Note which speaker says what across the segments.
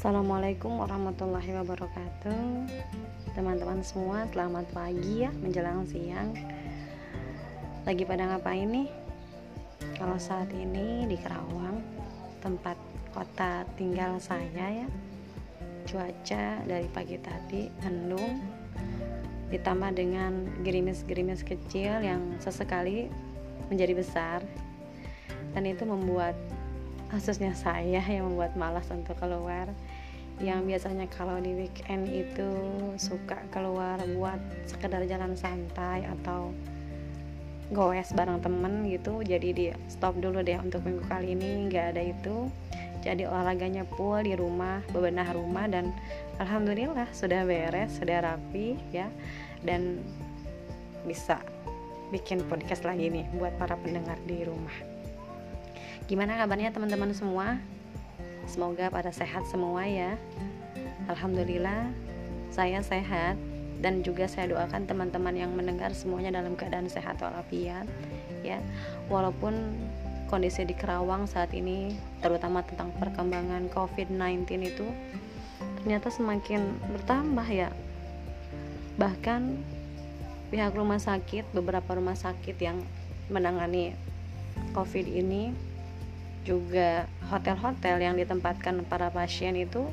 Speaker 1: Assalamualaikum warahmatullahi wabarakatuh. Teman-teman semua, selamat pagi ya, menjelang siang. Lagi pada ngapain nih? Kalau saat ini di Kerawang, tempat kota tinggal saya ya, cuaca dari pagi tadi mendung, ditambah dengan gerimis-gerimis kecil yang sesekali menjadi besar, dan itu membuat khususnya saya yang membuat malas untuk keluar. Yang biasanya kalau di weekend itu suka keluar buat sekedar jalan santai atau goes bareng temen gitu, jadi di stop dulu deh untuk minggu kali ini, nggak ada itu. Jadi olahraganya full di rumah, bebenah rumah, dan alhamdulillah sudah beres, sudah rapi ya, dan bisa bikin podcast lagi nih buat para pendengar di rumah. Gimana kabarnya teman-teman semua? Semoga pada sehat semua ya. Alhamdulillah saya sehat, dan juga saya doakan teman-teman yang mendengar semuanya dalam keadaan sehat walafiat ya. Walaupun kondisi di Kerawang saat ini, terutama tentang perkembangan COVID-19 itu ternyata semakin bertambah ya. Bahkan pihak rumah sakit, beberapa rumah sakit yang menangani COVID ini, juga hotel-hotel yang ditempatkan para pasien itu,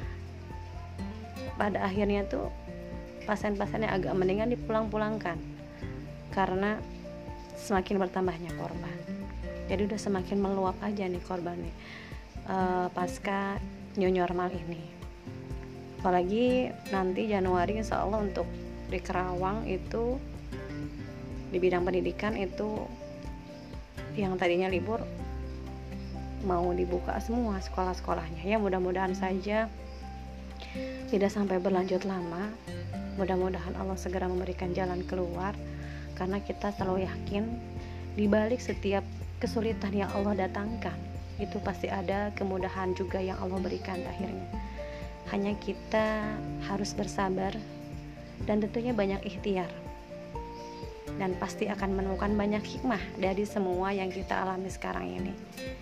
Speaker 1: pada akhirnya tuh pasien-pasien yang agak mendingan dipulang-pulangkan karena semakin bertambahnya korban. Jadi udah semakin meluap aja nih korban nih pasca new normal ini. Apalagi nanti Januari insya Allah untuk di Kerawang itu di bidang pendidikan itu yang tadinya libur mau dibuka semua sekolah-sekolahnya ya. Mudah-mudahan saja tidak sampai berlanjut lama. Mudah-mudahan Allah segera memberikan jalan keluar, karena kita selalu yakin di balik setiap kesulitan yang Allah datangkan itu pasti ada kemudahan juga yang Allah berikan akhirnya. Hanya kita harus bersabar dan tentunya banyak ikhtiar, dan pasti akan menemukan banyak hikmah dari semua yang kita alami sekarang ini.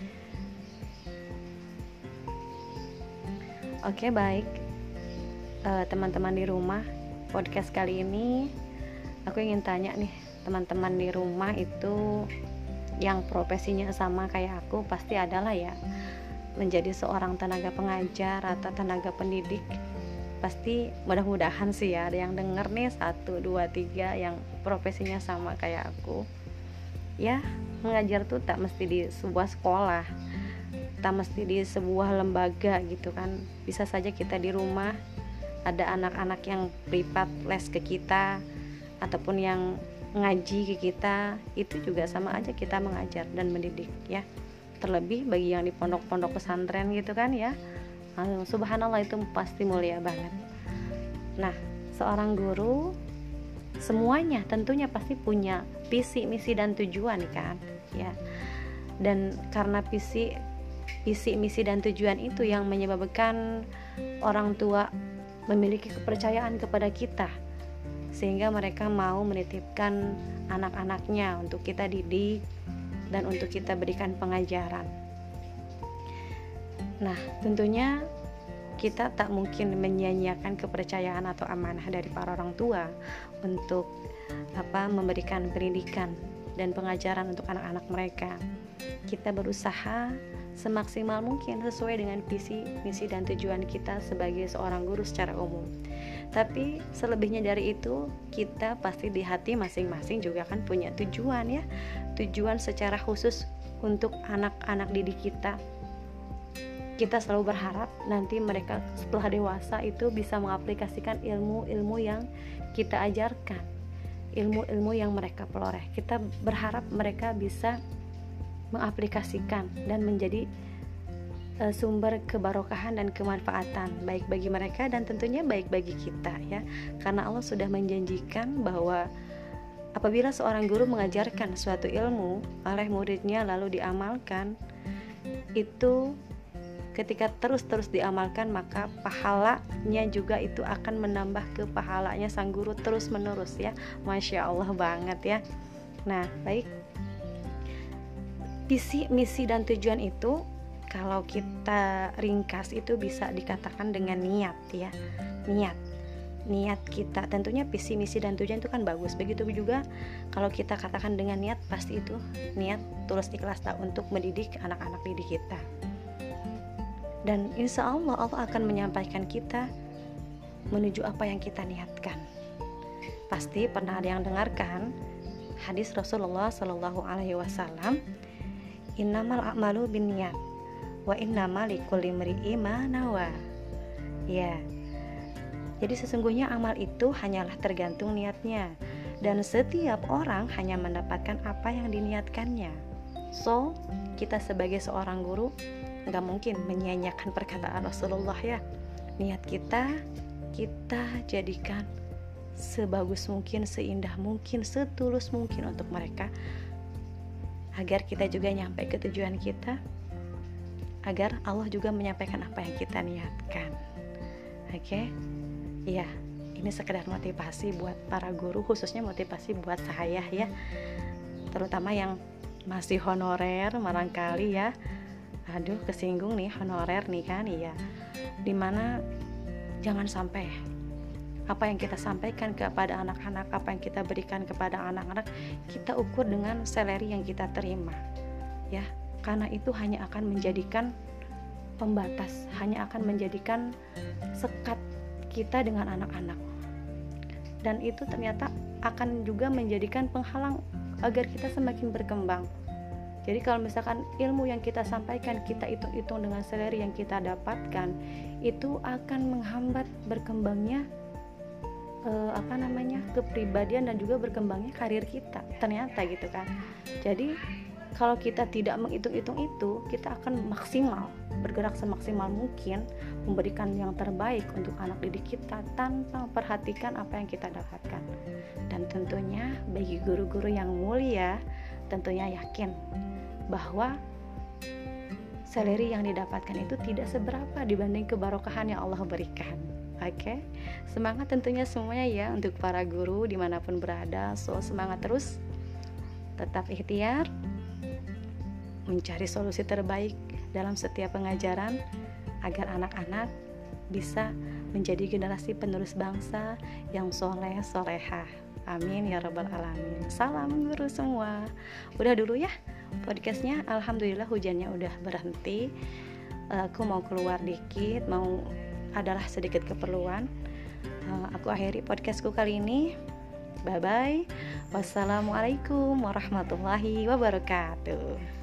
Speaker 1: Oke, baik teman-teman di rumah, podcast kali ini aku ingin tanya nih, teman-teman di rumah itu yang profesinya sama kayak aku pasti adalah ya menjadi seorang tenaga pengajar atau tenaga pendidik. Pasti mudah-mudahan sih ya ada yang denger nih 1, 2, 3 yang profesinya sama kayak aku ya. Mengajar tuh tak mesti di sebuah sekolah, tak mesti di sebuah lembaga gitu kan. Bisa saja kita di rumah, ada anak-anak yang privat les ke kita ataupun yang ngaji ke kita, itu juga sama aja kita mengajar dan mendidik ya. Terlebih bagi yang di pondok-pondok pesantren gitu kan ya, subhanallah itu pasti mulia banget. Nah, seorang guru semuanya tentunya pasti punya visi, misi, dan tujuan kan ya. Dan karena visi, misi, dan tujuan itu yang menyebabkan orang tua memiliki kepercayaan kepada kita, sehingga mereka mau menitipkan anak-anaknya untuk kita didik dan untuk kita berikan pengajaran. Nah, tentunya kita tak mungkin menyia-nyiakan kepercayaan atau amanah dari para orang tua untuk memberikan pendidikan dan pengajaran untuk anak-anak mereka. Kita berusaha semaksimal mungkin sesuai dengan visi, misi, dan tujuan kita sebagai seorang guru secara umum. Tapi selebihnya dari itu, kita pasti di hati masing-masing juga kan punya tujuan ya. Tujuan secara khusus untuk anak-anak didik kita. Kita selalu berharap nanti mereka setelah dewasa itu bisa mengaplikasikan ilmu-ilmu yang kita ajarkan, ilmu-ilmu yang mereka peroleh. Kita berharap mereka bisa mengaplikasikan dan menjadi sumber kebarokahan dan kemanfaatan, baik bagi mereka dan tentunya baik bagi kita ya. Karena Allah sudah menjanjikan bahwa apabila seorang guru mengajarkan suatu ilmu oleh muridnya lalu diamalkan, itu ketika terus-terus diamalkan, maka pahalanya juga itu akan menambah ke pahalanya sang guru terus menerus ya. Masya Allah banget ya. Nah, baik, visi, misi, dan tujuan itu kalau kita ringkas itu bisa dikatakan dengan niat ya. Niat kita, tentunya visi misi dan tujuan itu kan bagus. Begitu juga kalau kita katakan dengan niat, pasti itu niat tulus ikhlas untuk mendidik anak-anak didik kita. Dan insya Allah akan menyampaikan kita menuju apa yang kita niatkan. Pasti pernah ada yang dengarkan hadis Rasulullah Shallallahu Alaihi Wasallam, innamal a'malu binniyat wa innamal likulli imri'in ma nawa. Ya, jadi sesungguhnya amal itu hanyalah tergantung niatnya, dan setiap orang hanya mendapatkan apa yang diniatkannya. So, kita sebagai seorang guru gak mungkin menyia-nyiakan perkataan Rasulullah ya. Niat kita jadikan sebagus mungkin, seindah mungkin, setulus mungkin untuk mereka, agar kita juga nyampe ke tujuan kita, agar Allah juga menyampaikan apa yang kita niatkan. Oke? Ya, ini sekedar motivasi buat para guru, khususnya motivasi buat saya ya, terutama yang masih honorer barangkali ya. Aduh, kesinggung nih honorer nih kan, iya. Dimana jangan sampai apa yang kita sampaikan kepada anak-anak, apa yang kita berikan kepada anak-anak, kita ukur dengan salary yang kita terima ya, karena itu hanya akan menjadikan pembatas, hanya akan menjadikan sekat kita dengan anak-anak, dan itu ternyata akan juga menjadikan penghalang agar kita semakin berkembang. Jadi kalau misalkan ilmu yang kita sampaikan kita hitung-hitung dengan salary yang kita dapatkan, itu akan menghambat berkembangnya kepribadian dan juga berkembangnya karir kita ternyata gitu kan. Jadi kalau kita tidak menghitung-hitung itu, kita akan maksimal, bergerak semaksimal mungkin, memberikan yang terbaik untuk anak didik kita tanpa memperhatikan apa yang kita dapatkan. Dan tentunya bagi guru-guru yang mulia, tentunya yakin bahwa salary yang didapatkan itu tidak seberapa dibanding kebarokahan yang Allah berikan. Oke, semangat tentunya semuanya ya untuk para guru dimanapun berada. So, semangat terus, tetap ikhtiar, mencari solusi terbaik dalam setiap pengajaran agar anak-anak bisa menjadi generasi penerus bangsa yang soleh solehah. Amin ya rabbal alamin. Salam guru semua. Udah dulu ya podcastnya. Alhamdulillah hujannya udah berhenti. Aku mau keluar dikit, mau adalah sedikit keperluan. Aku akhiri podcastku kali ini. Bye bye. Wassalamualaikum warahmatullahi wabarakatuh.